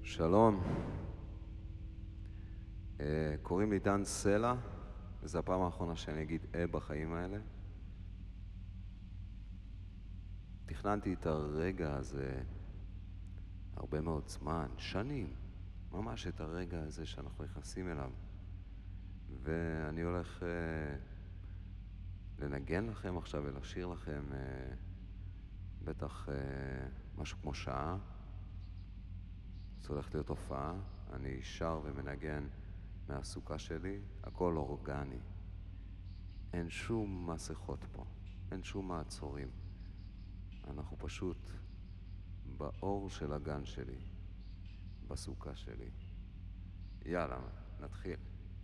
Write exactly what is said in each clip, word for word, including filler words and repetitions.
שלום, uh, קוראים לי דן סלע, וזו הפעם האחרונה שאני אגיד אה בחיים האלה. תכננתי את הרגע הזה הרבה מאוד זמן, שנים, ממש את הרגע הזה שאנחנו נכנסים אליו. ואני הולך uh, לנגן לכם עכשיו ולשיר לכם uh, בטח uh, משהו כמו שעה. זו הולכת להיות הופעה, אני שר ומנגן מהסוכה שלי, הכל אורגני. אין שום מסכות פה, אין שום מעצורים. אנחנו פשוט באור של הגן שלי, בסוכה שלי. יאללה, נתחיל.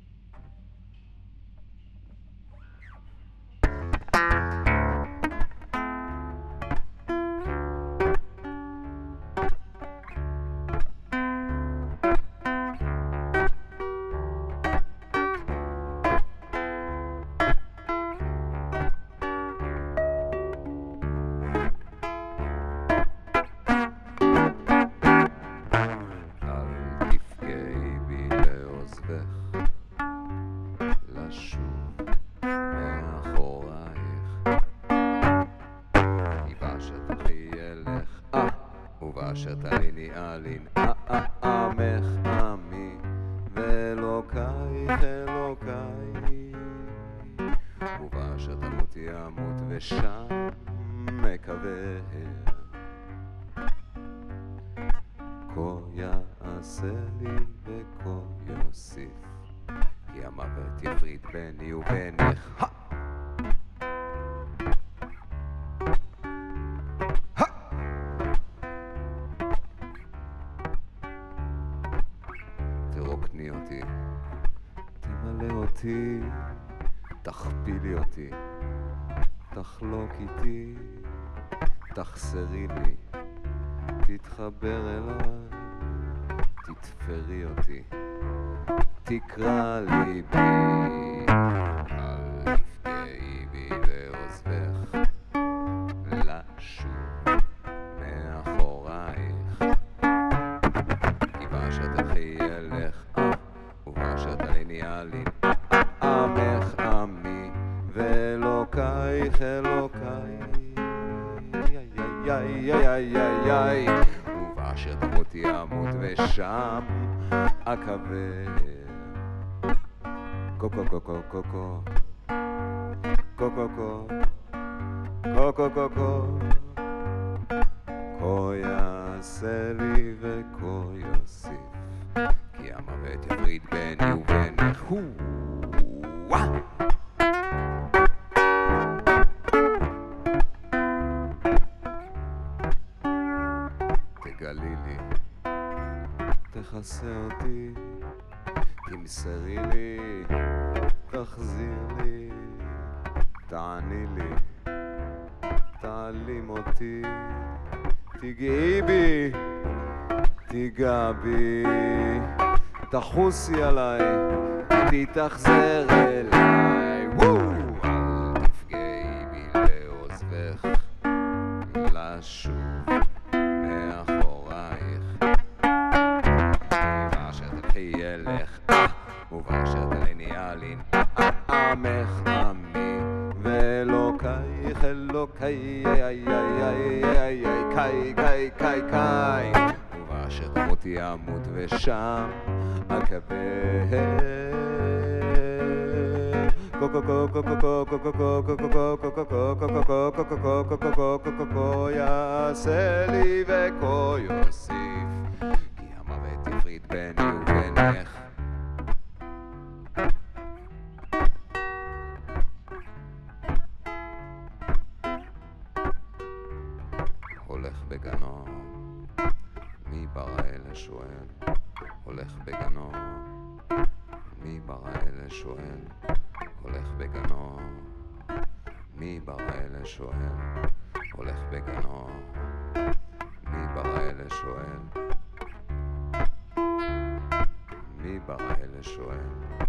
שתליני אלין עמך עמי ואלוקייך אלוקי ובאשר תמותי אמות ושם מקווה כה יעשה לי וכה יוסיף כי המוות יפריד ביני ובינך. תרוקני אותי, תמלא אותי, תכפילי אותי, תחלוק איתי, תחסרי לי, תתחבר אליי, תתפרי אותי, תקרא לי בי, אל תפגעי בי לעוזבך, לשוב מאחורייך, כי באשר תלכי אלך ובאשר תליני אלין עמך עמי ואלוקייך אלוקי ובאשר תמותי אמות ושם אקבר. קו קו קו קו קו קו קו קו קו קו קו קו כה יעשה לי וכה יוסיף כי המוות יפריד ביני ובינך. תגלי לי, תכסה אותי, תמסרי לי, תחזיר לי, תעני לי, תעלים אותי, תגעי בי, תיגע בי, תחוסי עליי, תתאכזר אליי. אל תפגעי בי לעוזבך, לשוב מאחורייך, ובאשר תלכי אלך ובאשר תליני אלין עמך עמי ואלוקייך אלוקי קי קי קי קי ובאשר תמותי אמות ושם אקבר. כה יעשה לי וכה יוסיף כי המוות יפריד ביני ובינך. הולך בגנו, מי ברא אלה שואל, הולך בגנו, מי ברא אלה שואל, הולך בגנו, מי ברא אלה שואל, הולך בגנו, מי ברא אלה שואל, מי ברא אלה שואל.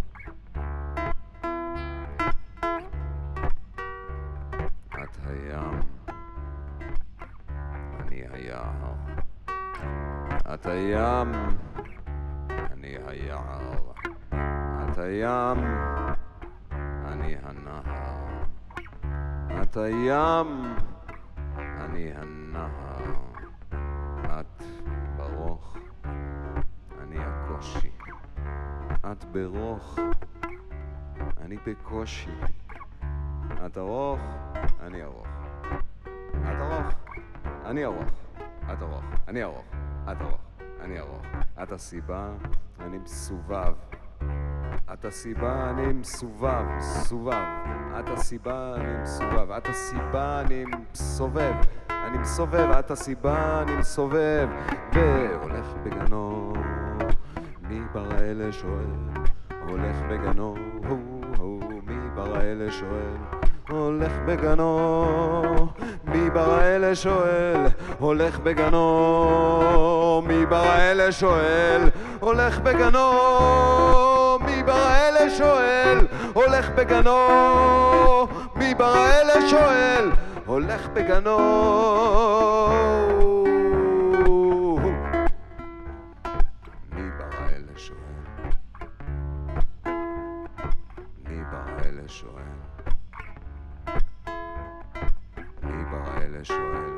את הים, אני היער, אתה ים, אני היער. אתה ים, אני הנהר. אתה ים, אני הנהר. את ברוך, אני הקושי. את ברוך, אני בקושי. את ארוך, אני ארוך. את ארוך, אני ארוך. את ארוך, אני ארוך. את ארוך, אני ארוך. את הסיבה, אני מסובב. את הסיבה, אני מסובב, מסובב. את הסיבה, אני מסובב. את הסיבה, אני מסובב. אני מסובב, את הסיבה, אני מסובב. והולך בגנו, מי ברא אלה שואל? הולך בגנו, מי ברא אלה שואל? הולך בגנו, מי ברא אלה שואל? הולך בגנו, מי ברא אלה שואל? הולך בגנו, מי ברא אלה שואל? הולך בגנו, מי ברא אלה שואל? הולך בגנו. מי ברא אלה שואל? מי ברא אלה שואל? מי ברא אלה שואל?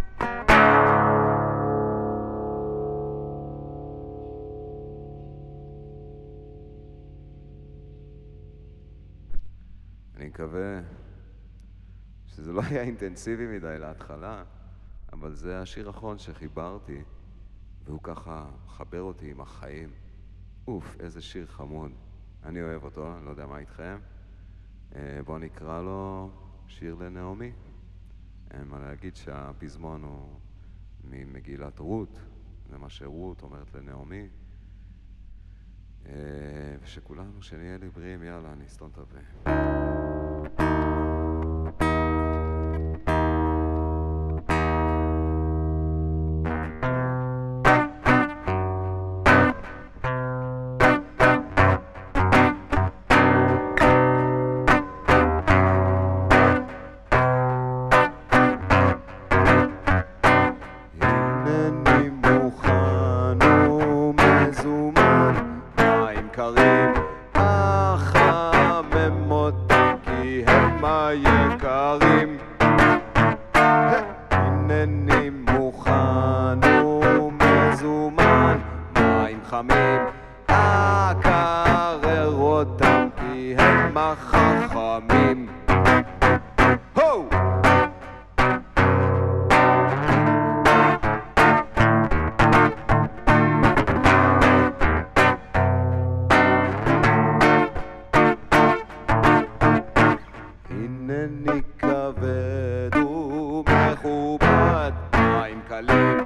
אני מקווה שזה לא היה אינטנסיבי מדי להתחלה, אבל זה השיר האחרון שחיברתי, והוא ככה חבר אותי עם החיים. אוף, איזה שיר חמוד. אני אוהב אותו, אני לא יודע מה איתכם. בואו נקרא לו שיר לנעמי. אין מה להגיד שהפזמון הוא ממגילת רות, זה מה שרות אומרת לנעמי. ושכולנו, שנהיה לי בריאים, יאללה, אני אסתום את הפה. יקרים, הנני מוכן ומזומן, מים חמים אקרר אותם כי הם החכמים. הו! הנני כבד ומכובד, מים קלים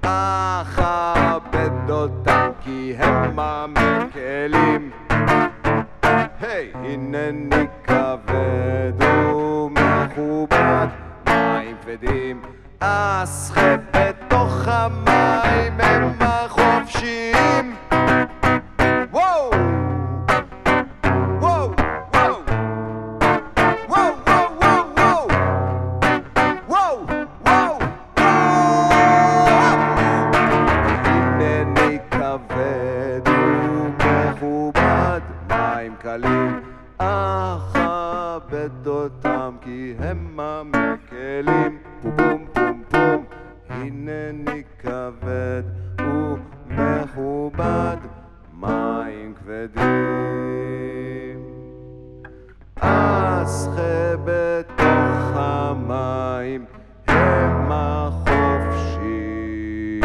אכבד אותם כי הם המקלים. היי! הנני כבד ומכובד, מים כבדים אסחה בתוך המים, הם החופשיים. וואו! קלים אכבד אותם כי הם המקלים. פום פום פום פום, הנני כבד ומכובד, מים כבדים אסחה בתוך המים, הם החופשיים.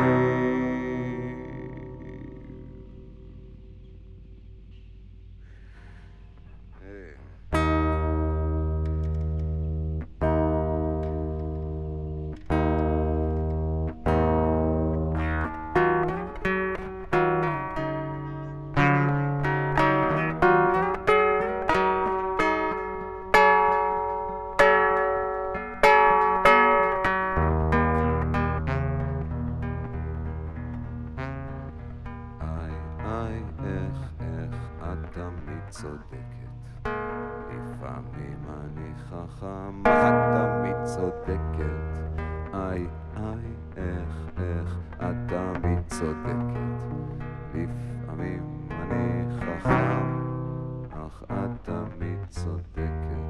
צודקת, לפעמים אני חכם, את תמיד צודקת. איי איי, איך, איך, את תמיד צודקת. לפעמים אני חכם, אך את תמיד צודקת.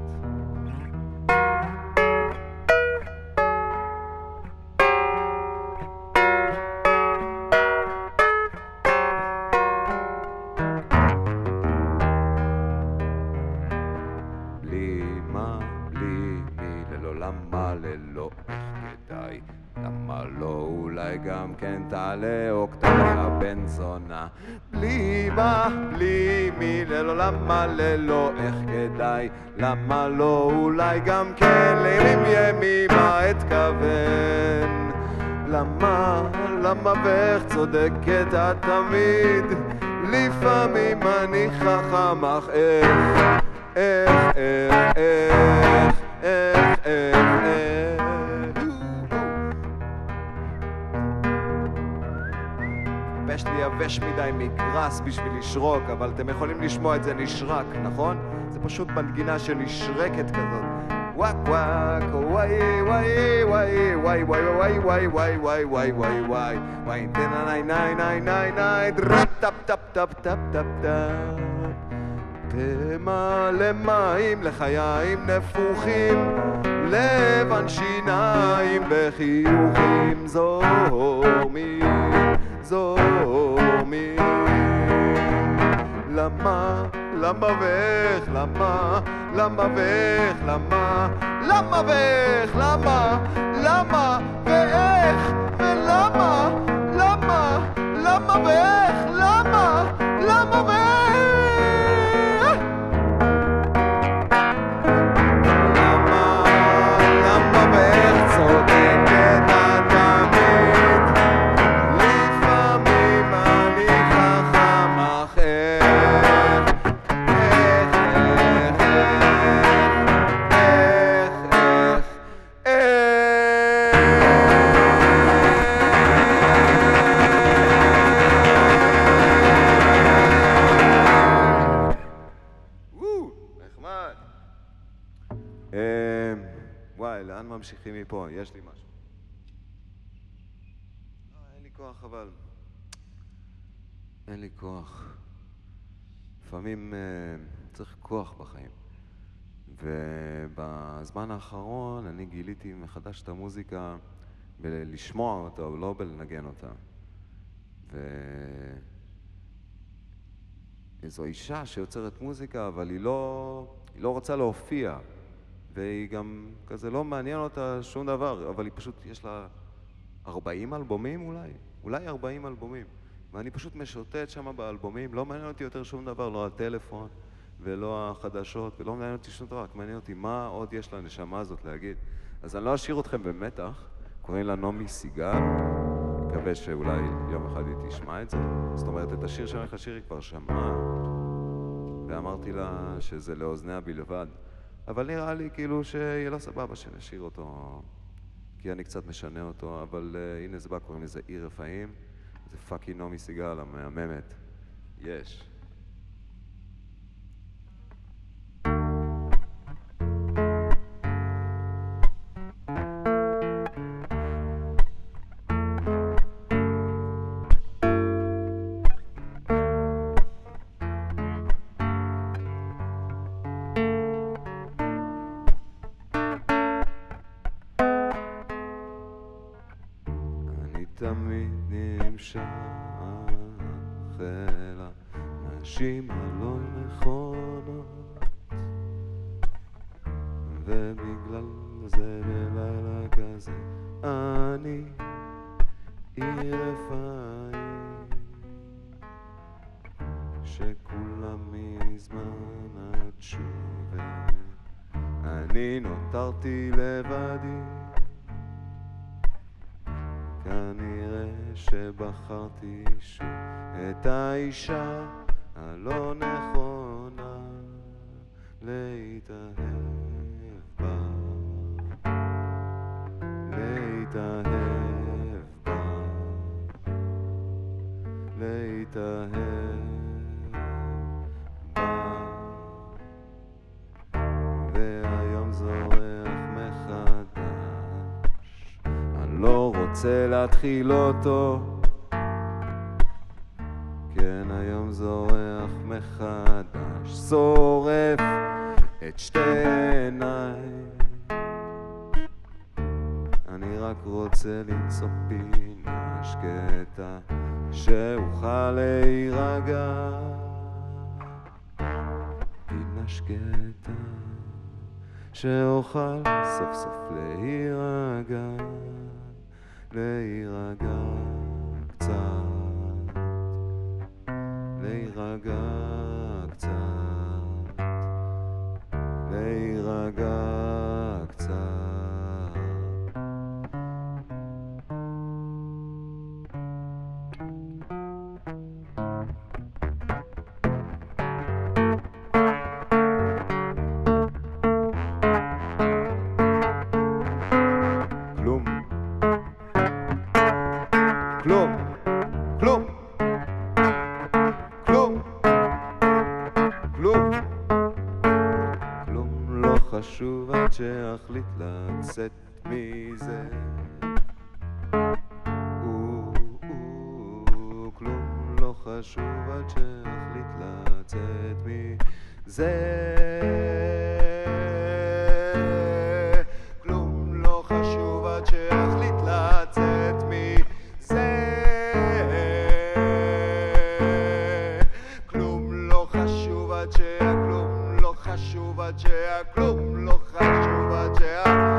בלי מה, בלי מי, ללא למה, ללא איך כדאי. למה לא אולי גם כן תעלה או קטנה בן זונה. בלי מה, בלי מי, ללא למה, ללא איך כדאי. למה לא אולי גם כן לימים ימימה אתכוון. למה, למה ואיך צודקת את תמיד. לפעמים אני חכם אך איך איך, איך, איך, איך, איך, איך. הפה שלי יבש מדי מגרס בשביל לשרוק, אבל אתם יכולים לשמוע את זה נשרק, נכון? זה פשוט מנגינה שנשרקת כזאת. וואק וואק, וואי וואי וואי וואי וואי וואי וואי וואי וואי וואי וואי וואי תנה ניי ניי ניי ניי ניי דרפ טפ טפ טפ טפ טפ טפ תמלא מים לחיים נפוחים, לבן שיניים וחיוכים זורמים, זורמים. למה, למה ואיך, למה, למה ואיך, למה, למה ואיך, למה, למה ואיך, ולמה, למה, למה ואיך, למה, למה ואיך. וואי, לאן ממשיכים מפה? יש לי משהו. אין לי כוח, אבל... אין לי כוח. לפעמים צריך כוח בחיים. ובזמן האחרון אני גיליתי מחדש את המוזיקה בלשמוע אותה, לא בלנגן אותה. וזו אישה שיוצרת מוזיקה, אבל היא לא, היא לא רוצה להופיע. והיא גם כזה לא מעניין אותה שום דבר, אבל היא פשוט, יש לה ארבעים אלבומים אולי? אולי ארבעים אלבומים. ואני פשוט משוטט שם באלבומים, לא מעניין אותי יותר שום דבר, לא הטלפון ולא החדשות, ולא מעניין אותי שום דבר, רק מעניין אותי מה עוד יש לנשמה הזאת להגיד. אז אני לא אשאיר אתכם במתח, קוראים לה נעמי סיגל, מקווה שאולי יום אחד היא תשמע את זה. זאת אומרת, את השיר שאני הולך לשיר היא כבר שמעה, ואמרתי לה שזה לאוזניה בלבד. אבל נראה לי כאילו שיהיה לה סבבה שנשאיר אותו, כי אני קצת משנה אותו, אבל uh, הנה זה בא, קוראים לזה עיר רפאים, זה פאקינג נעמי סיגל המהממת. יש. תמיד נמשך אל הנשים הלא נכונות, ובגלל זה בלילה כזה אני עיר רפאים, שכולם מזמן עדשו ואני נותרתי לבדי. כנראה שבחרתי שוב את האישה הלא נכונה להתאהב בה, להתאהב בה, להתאהב בה. והיום זורח מחדש, אני לא רוצה רוצה להתחיל אותו. כן, היום זורח מחדש, שורף את שתי עיניי. אני רק רוצה למצוא פינה שקטה שאוכל להירגע. פינה שקטה שאוכל סוף סוף להירגע, להירגע קצת, להירגע קצת, להירגע קצת. כלום, כלום, כלום, כלום, כלום לא חשוב עד שאחליט לצאת מזה. כלום לא חשוב עד שאחליט לצאת מזה. כלום לא חשוב עד שאחליט לצאת מזה. שהכלום לא חשוב עד שהכלום לא חשוב עד שה...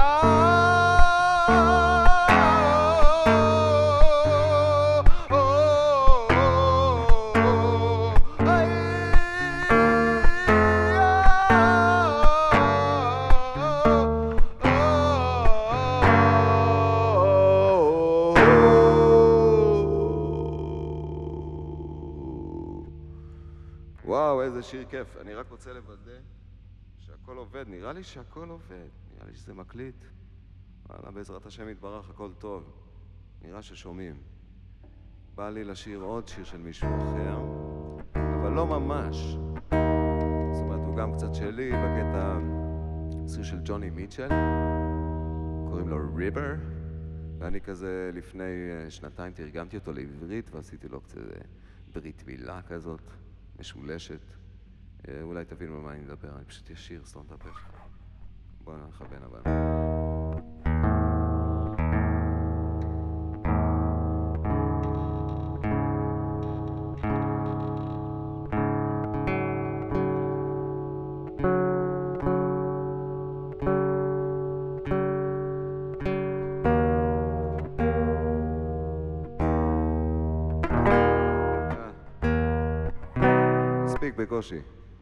וואו, איזה שיר כיף. אני רק רוצה לוודא שהכל עובד. נראה לי שהכל עובד. נראה לי שזה מקליט. וואלה, בעזרת השם יתברך, הכל טוב. נראה ששומעים. בא לי לשיר עוד שיר של מישהו אחר, אבל לא ממש. זאת אומרת, הוא גם קצת שלי בקטע שיר של ג'וני מיטשל. קוראים לו ריבר. ואני כזה לפני שנתיים תרגמתי אותו לעברית ועשיתי לו קצת ברית מילה כזאת. משולשת. אולי תבינו על מה אני מדבר, אני פשוט ישיר, סתום את הפה שלך. בואו נכוון אבל. מספיק בקושי.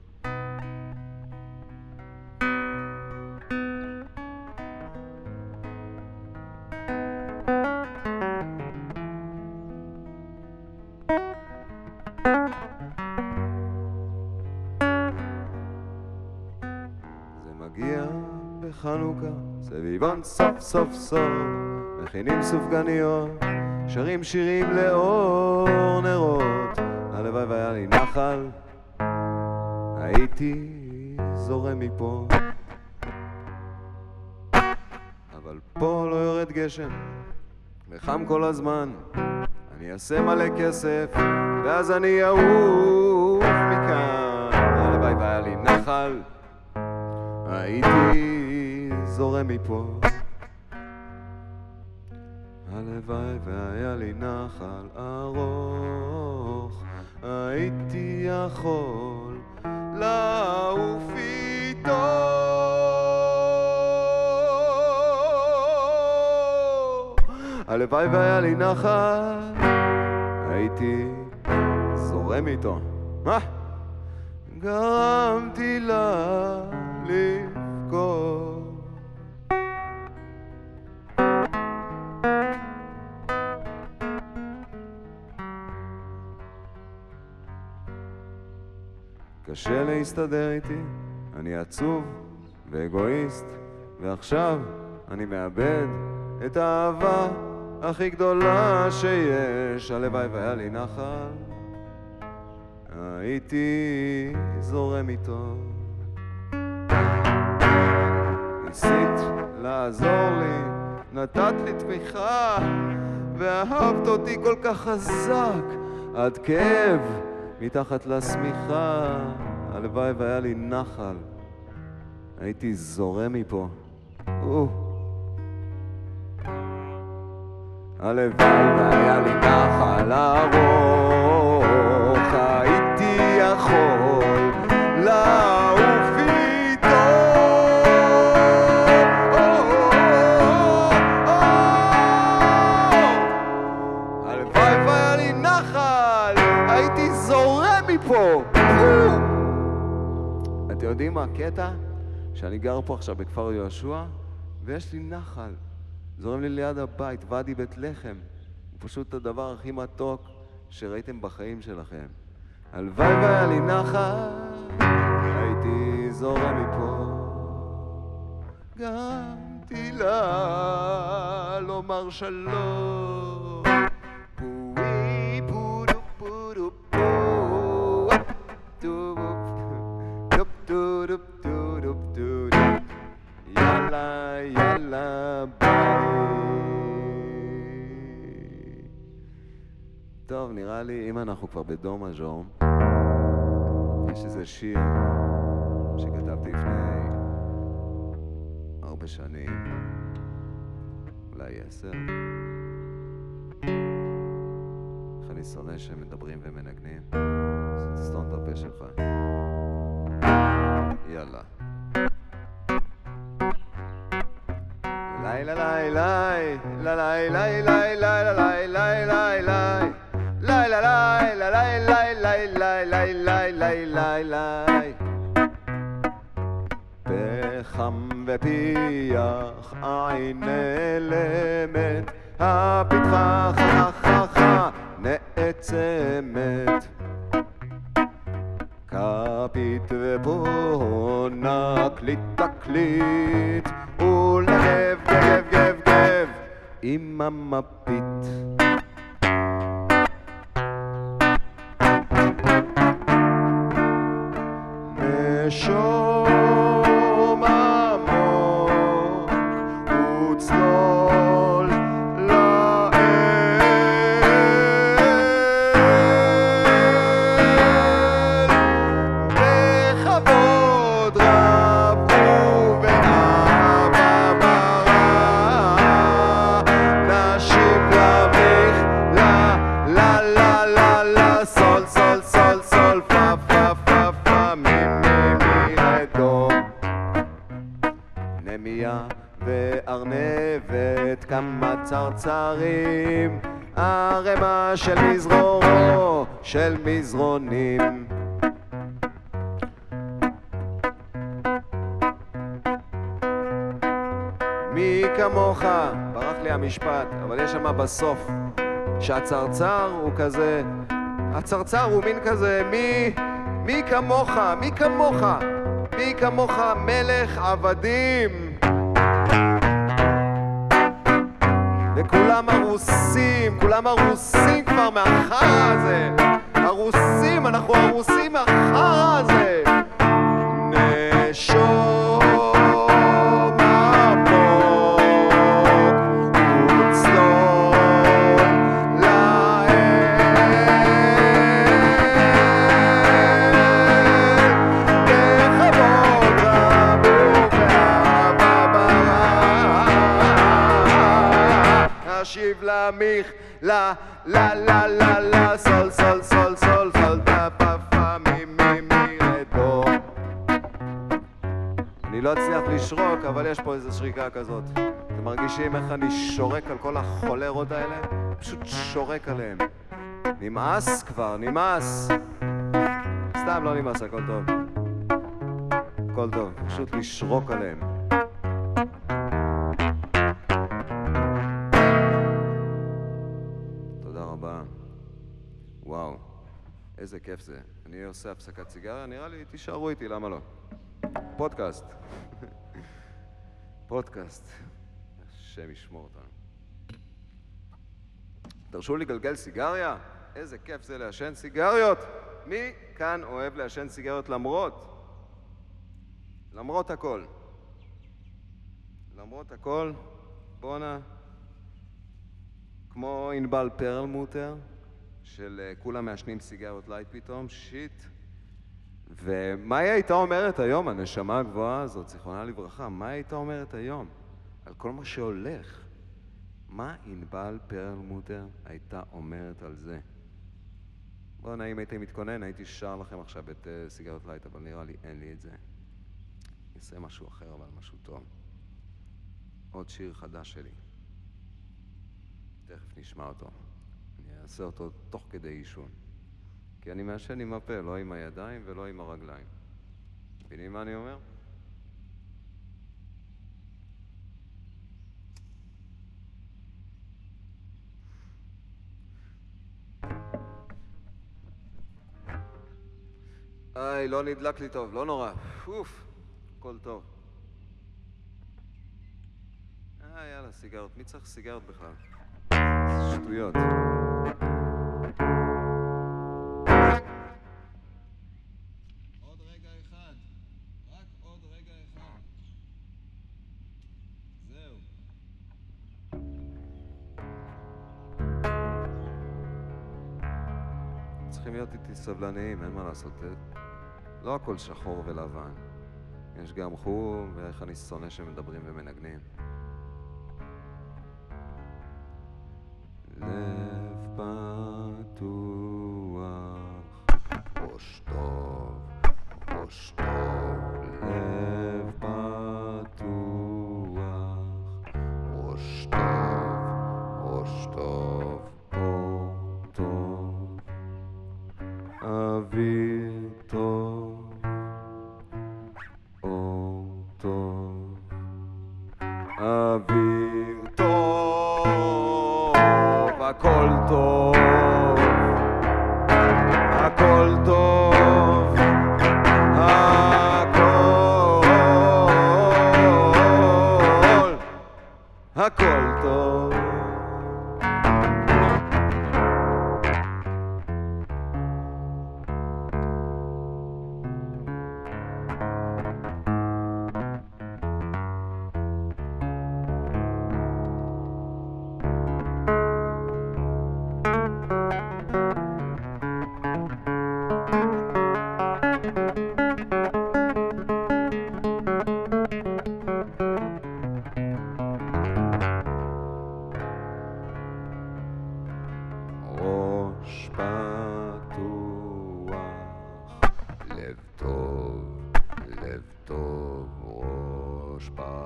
זה מגיע בחנוכה, סביבון סוף סוף סוף, מכינים סופגניות, שרים שירים לאור נרות. הלוואי והיה לי נחל, הייתי זורם מפה, אבל פה לא יורד גשם וחם כל הזמן. אני אעשה מלא כסף ואז אני אעוף מכאן. הלוואי והיה לי נחל, הייתי זורם מפה, הלוואי והיה לי נחל ארוך, הייתי יכול לעוף איתו. הלוואי והיה לי נחל, הייתי זורם איתו. מה? גרמתי לה לבכות. קשה להסתדר איתי, אני עצוב ואגואיסט, ועכשיו אני מאבד את האהבה הכי גדולה שיש. הלוואי והיה לי נחל, הייתי זורם איתו. ניסית לעזור לי נתת לי תמיכה, ואהבת אותי כל כך חזק, עד כאב מתחת לשמיכה. הלוואי והיה לי נחל, הייתי זורם מפה. או. הלוואי והיה לי נחל ארוך, הייתי יכול לעוף איתו. הלוואי והיה לי נחל, הייתי זורם מפה. אתם יודעים מה הקטע? שאני גר פה עכשיו בכפר יהושע, ויש לי נחל. זורם לי ליד הבית, ואדי בית לחם. הוא פשוט הדבר הכי מתוק שראיתם בחיים שלכם. הלוואי והיה לי נחל, הייתי זורם מפה. גם תילה לומר שלום. פוי פודו פודו פו. דו דו דו דו דו דו. יאללה יאללה ביי. טוב, נראה לי אם אנחנו כבר בדו מז'ור, יש איזה שיר שכתבתי לפני הרבה שנים, אולי עשר. איך אני שונא שמדברים ומנגנים, אז תסתום את הפה שלך. יאללה. לילה לילה לילה לילה לילה לילה לילה לילה לילה לילה לילה לילה פחם ופיח עין נעלמת, הפתחה חככה נעצמת, כפית ובונה קליט תקליט ולגב גב גב גב עם המפית. נשום עמוק וצלול לאל, בכבוד רב ובאהבה ברא, נשיב למך לה לה לה לה לה סול סול סול סול פה פה פה פה מי מי מי רדו. נמיה וארנבת כמה צרצרים, ערמה של מזרורו של מזרונים, מי כמוך, ברח לי המשפט, אבל יש שם בסוף שהצרצר הוא כזה, הצרצר הוא מין כזה, מי, מי כמוך, מי כמוך, מי כמוך מלך עבדים. וכולם הרוסים, כולם הרוסים כבר מהחרא הזה, הרוסים, אנחנו הרוסים מהחרא הזה. נשום שיב למיך לה לה לה לה לה סול סול סול סול סול דה פה פה מי מי מי רדו. אני לא אצליח לשרוק, אבל יש פה איזו שריקה כזאת. אתם מרגישים איך אני שורק על כל החולרות האלה? פשוט שורק עליהם. נמאס כבר, נמאס. סתם לא נמאס, הכל טוב, הכל טוב, פשוט לשרוק עליהם. וואו, איזה כיף זה. אני עושה הפסקת סיגריה, נראה לי, תישארו איתי, למה לא? פודקאסט. פודקאסט. השם ישמור אותנו. דרשו לי גלגל סיגריה? איזה כיף זה לעשן סיגריות. מי כאן אוהב לעשן סיגריות למרות? למרות הכל. למרות הכל, בונה, כמו ענבל פרלמוטר, של כולם מעשנים סיגריות לייט פתאום, שיט. ומה היא הייתה אומרת היום, הנשמה הגבוהה הזאת, זיכרונה לברכה, מה היא הייתה אומרת היום? על כל מה שהולך. מה ענבל פרלמוטר הייתה אומרת על זה? בואו, אם הייתי מתכונן, הייתי שר לכם עכשיו את uh, סיגריות לייט, אבל נראה לי אין לי את זה. נעשה משהו אחר, אבל משהו טוב. עוד שיר חדש שלי. תכף נשמע אותו. אני אעשה אותו תוך כדי עישון. כי אני מעשן עם הפה, לא עם הידיים ולא עם הרגליים. מבינים מה אני אומר? איי, לא נדלק לי טוב, לא נורא. אוף, הכל טוב. אה, יאללה, סיגרות. מי צריך סיגרות בכלל? שטויות. עוד רגע אחד. רק עוד רגע אחד. זהו. צריכים להיות איתי סבלניים, אין מה לעשות. לא הכל שחור ולבן. יש גם חום, ואיך אני שונא שמדברים ומנגנים. לב פתוח, ראש טוב, ראש טוב. לב פתוח, ראש טוב, ראש טוב. אור טוב, אוויר טוב, אור טוב, אוויר טוב, הכל טוב, הכל טוב, הכל, הכל טוב. ראש פתוח, לב טוב, לב טוב. ראש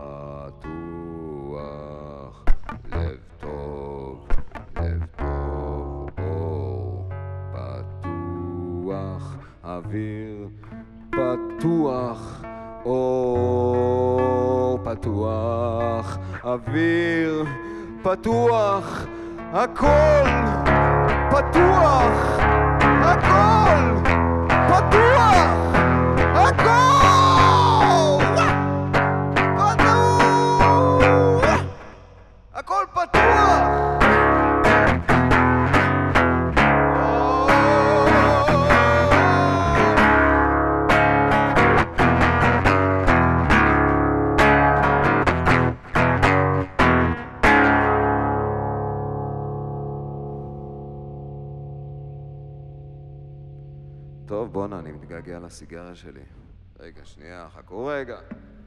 פתוח, לב טוב, לב טוב. אור פתוח, אוויר פתוח. אור פתוח, אוויר פתוח. הכל פתוח, הכל פתוח, הכל פתוח, הכל פתוח. טוב, בונה, אני מתגעגע לסיגריה שלי. רגע, שנייה, חכו רגע.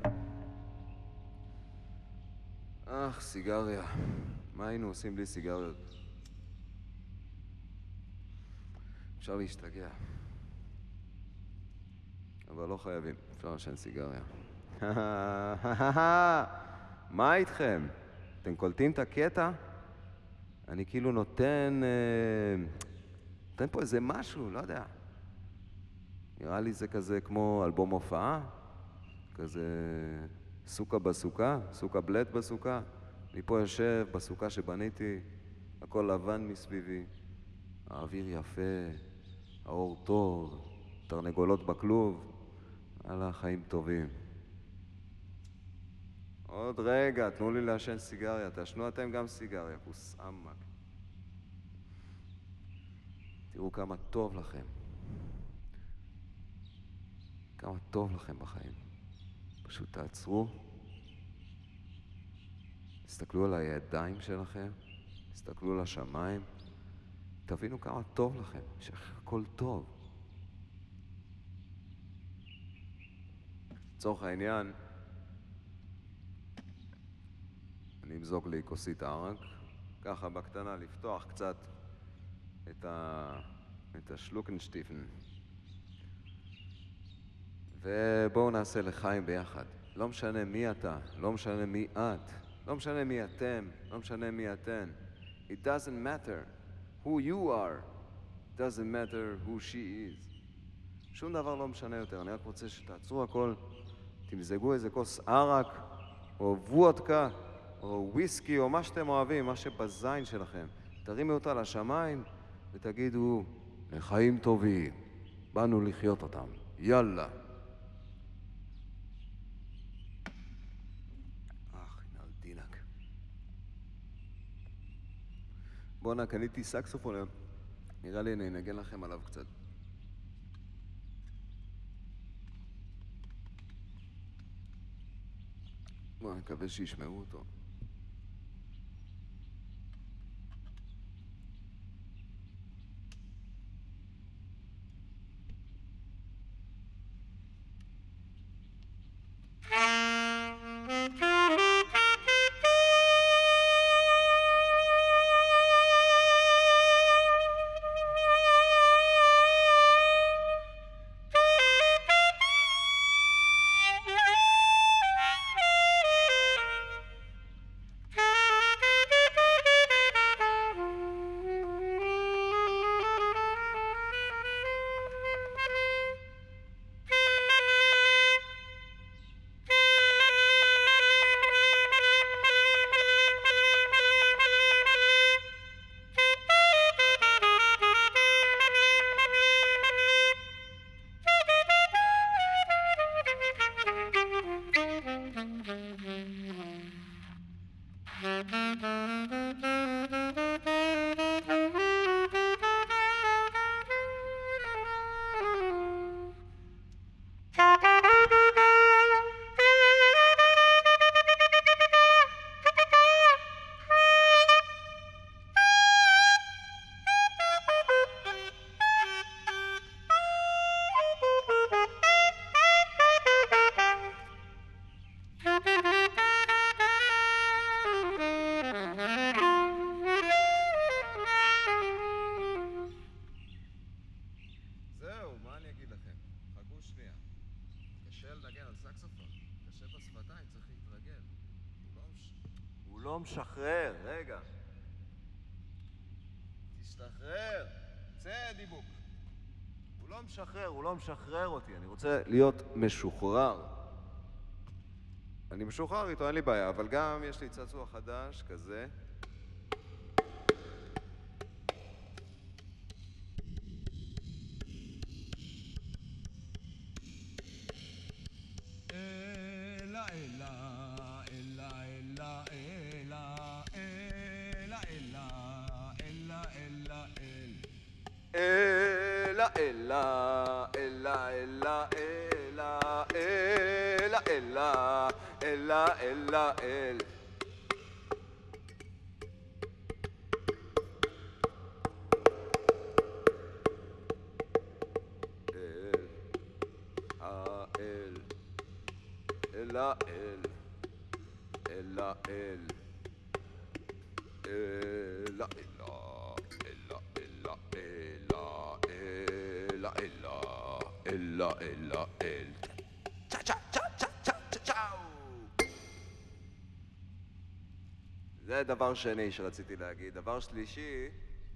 אך, סיגריה. מה היינו עושים בלי סיגריות? אפשר להשתגע. אבל לא חייבים, אפשר לשן סיגריה. מה איתכם? אתם קולטים את הקטע? אני כאילו נותן... נותן פה איזה משהו, לא יודע. נראה לי זה כזה כמו אלבום הופעה, כזה סוכה בסוכה, סוכה בלט בסוכה. אני פה יושב בסוכה שבניתי, הכל לבן מסביבי, האוויר יפה, האור טוב, תרנגולות בכלוב, הלאה, חיים טובים. עוד רגע, תנו לי לעשן סיגריה, תעשנו אתם גם סיגריה, כוס עמק. תראו כמה טוב לכם. כמה טוב לכם בחיים. פשוט תעצרו, תסתכלו על הידיים שלכם, תסתכלו על השמיים, תבינו כמה טוב לכם, שהכל טוב. לצורך העניין, אני אמזוג לי כוסית ערק, ככה בקטנה לפתוח קצת את, ה... את השלוקנשטיפן. ובואו נעשה לחיים ביחד. לא משנה מי אתה, לא משנה מי את, לא משנה מי אתם, לא משנה מי אתן. It doesn't matter who you are, it doesn't matter who she is. שום דבר לא משנה יותר, אני רק רוצה שתעצרו הכל, תמזגו איזה כוס ערק, או וודקה, או וויסקי, או מה שאתם אוהבים, מה שבזין שלכם. תרימו אותה לשמיים ותגידו, לחיים טובים, באנו לחיות אותם, יאללה. אך, נלדינק. בואנה, קניתי סקסופון, נראה לי אני אנגן לכם עליו קצת. בואו, אני מקווה שישמעו אותו. הוא לא משחרר, רגע. תשתחרר, צא דיבוק. הוא לא משחרר, הוא לא משחרר אותי, אני רוצה להיות משוחרר. אני משוחרר איתו, אין לי בעיה, אבל גם יש לי צעצוע חדש כזה. Ella, ella, ella, ella, ella, ella, ella, ella, ella, el. El, a el, ella, el, ella, el, ella, ella. אללה, אללה, אל. צ'ה, צ'ה, צ'ה, צ'ה, צ'ה, צ'ה, צ'או. זה דבר שני שרציתי להגיד. דבר שלישי,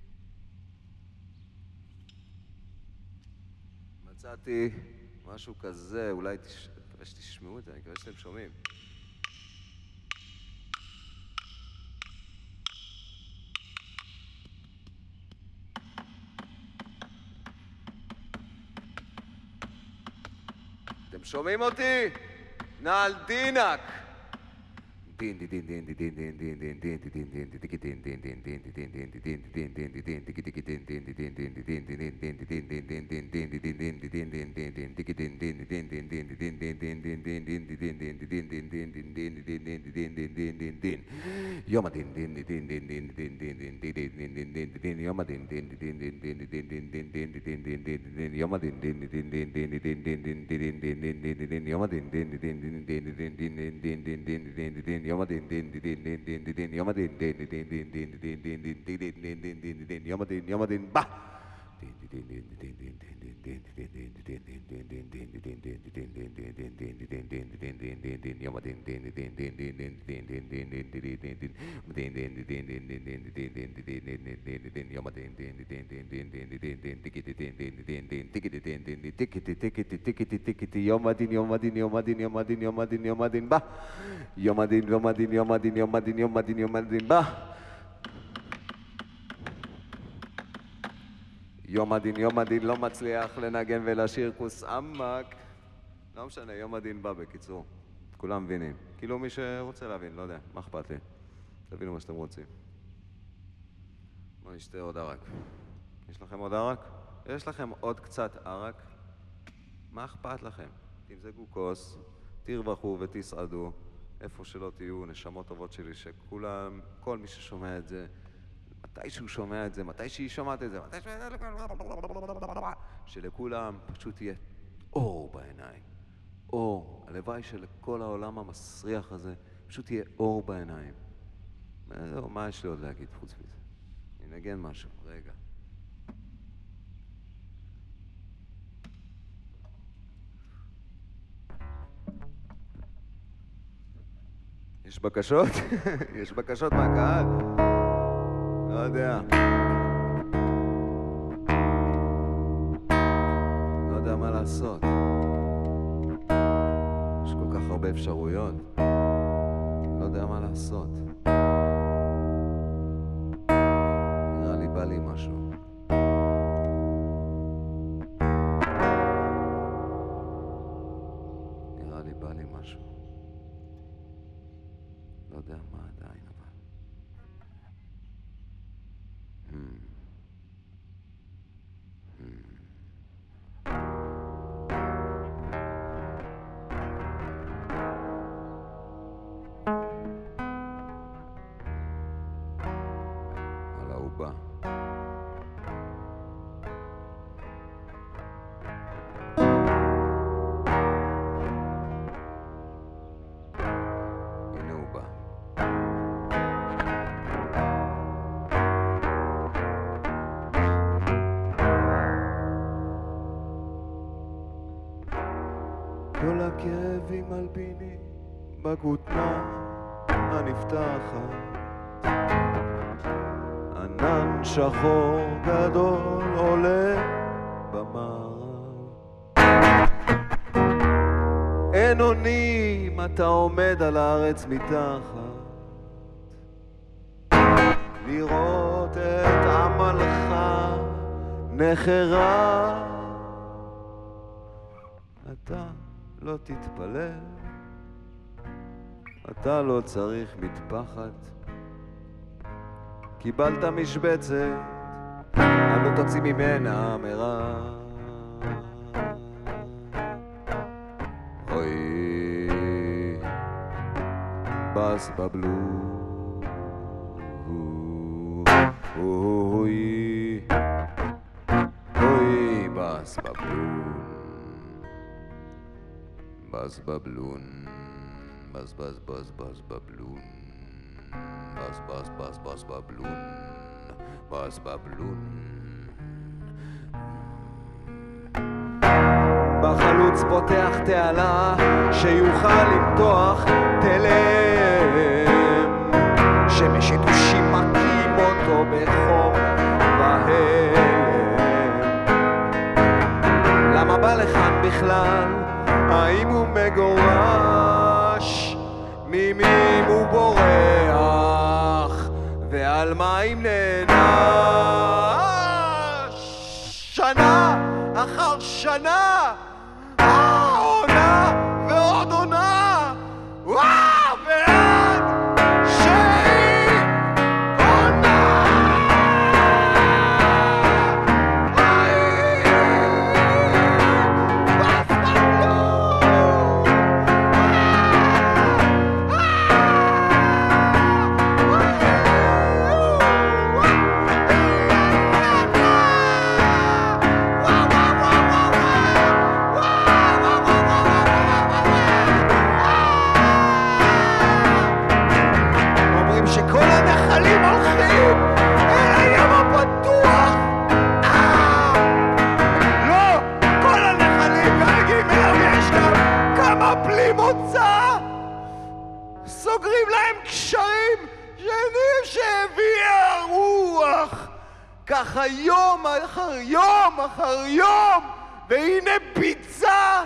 מצאתי משהו כזה, אולי תש... אני מקווה שתשמעו את זה, אני מקווה שאתם שומעים. אתם שומעים אותי? נעל דינק. יום הדין דין דין דין דין דין דין דין דין דין דין יום הדין דין דין דין דין דין דין דין דין דין דין דין דין יום הדין דין דין דין דין דין דין דין דין דין דין דין יום הדין דין דין דין דין דין דין דין דין דין דין יום הדין דין דין דין דין דין יום הדין דין דין דין דין דין דין דין דין דין דין יום הדין יום הדין בא יום הדין יום הדין יום הדין יום הדין יום הדין יום הדין בא יום הדין יום הדין יום הדין יום הדין יום הדין יום הדין בא יום הדין יום הדין לא מצליח לנגן ולשיר כוס עמק לא משנה, יום הדין בא בקיצור כולם מבינים כאילו מי שרוצה להבין, לא יודע, מה אכפת לי תבינו מה שאתם רוצים בוא נשתה עוד ערק יש לכם עוד ערק? יש לכם עוד קצת ערק? מה אכפת לכם? תמזגו כוס, תרווחו ותסעדו איפה שלא תהיו, נשמות טובות שלי שכולם, כל מי ששומע את זה מתי שהוא שומע את זה, מתי שהיא שומעת את זה, מתי שלכולם פשוט תהיה אור בעיניים. אור. הלוואי שלכל העולם המסריח הזה פשוט תהיה אור בעיניים. זהו, מה יש לי עוד להגיד חוץ מזה? אני נגן משהו, רגע. יש בקשות? יש בקשות מהקהל? לא יודע. לא יודע מה לעשות. יש כל כך הרבה אפשרויות. לא יודע מה לעשות. נראה לי בא לי משהו. נראה לי בא לי משהו. לא יודע מה עדיין, אבל... Hmm. Hmm. הלאה הוא בא. הנה הוא בא. כל הכאבים מלבינים בכותנה הנפתחת ענן שחור גדול עולה במערב אין אונים אתה עומד על הארץ מתחת לראות את עמלך נחרה אתה לא תתפלל, אתה לא צריך מטפחת. קיבלת משבצת, אנו תוציא ממנה מרע. אוי, בס בבלו. אוי, אוי, בס בבלו. בס בבלון, בס בס בס בס בבלון, בס בס בס בס בבלון, בס בבלון. בחלוץ פותח תעלה שיוכל למתוח תלם שמש יתושים מכים אותו בחום והלם למה בא לכאן בכלל? האם הוא מגורש? ממי הוא בורח? ועל מה אם נענש? שנה אחר שנה העונה ועוד עונה ועד יום אחר יום אחר יום, והנה ביצה!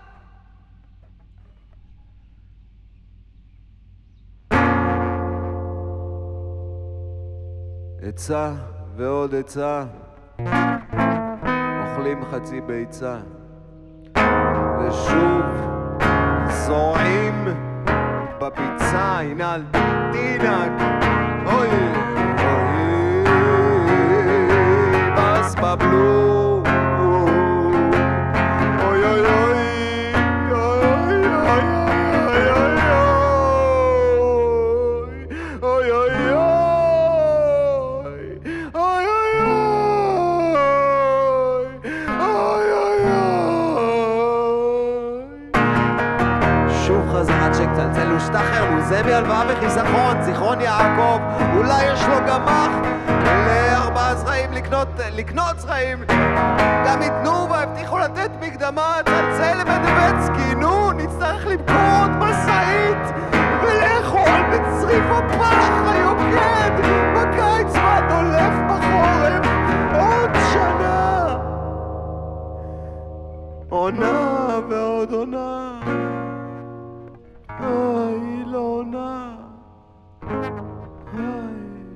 עצה ועוד עצה, אוכלים חצי ביצה, ושוב זורעים בביצה, הנה על דינק, אוי אוי בס בבלו, אוי אוי אוי אוי אוי אוי אוי אוי צלצל ושתחרר, מוזמי הלוואה וחיסכון, זיכרון יעקב, אולי יש לו גמח לארבעה זרעים לקנות, לקנות זרעים, גם יתנו והבטיחו לתת מקדמה, צלצל לבדבצקי, נו, נצטרך למכור עוד מסעית ולאכול בצריף הפח היוקד, בקיץ והדולף בחורף, עוד שנה, עונה ועוד עונה. היי, לא עונה. היי.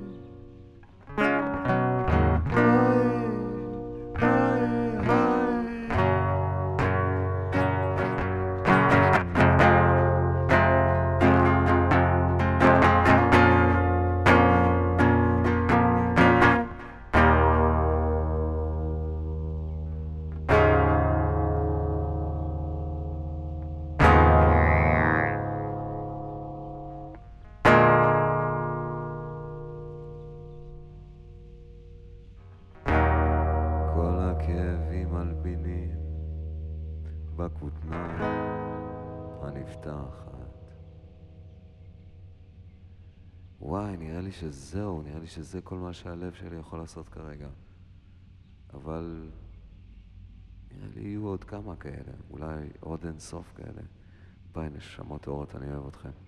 היי, היי, היי. כאבים מלבינים בכותנה הנפתחת. וואי, נראה לי שזהו, נראה לי שזה כל מה שהלב שלי יכול לעשות כרגע. אבל נראה לי יהיו עוד כמה כאלה, אולי עוד אין סוף כאלה. ביי נשמות אורות, אני אוהב אתכם.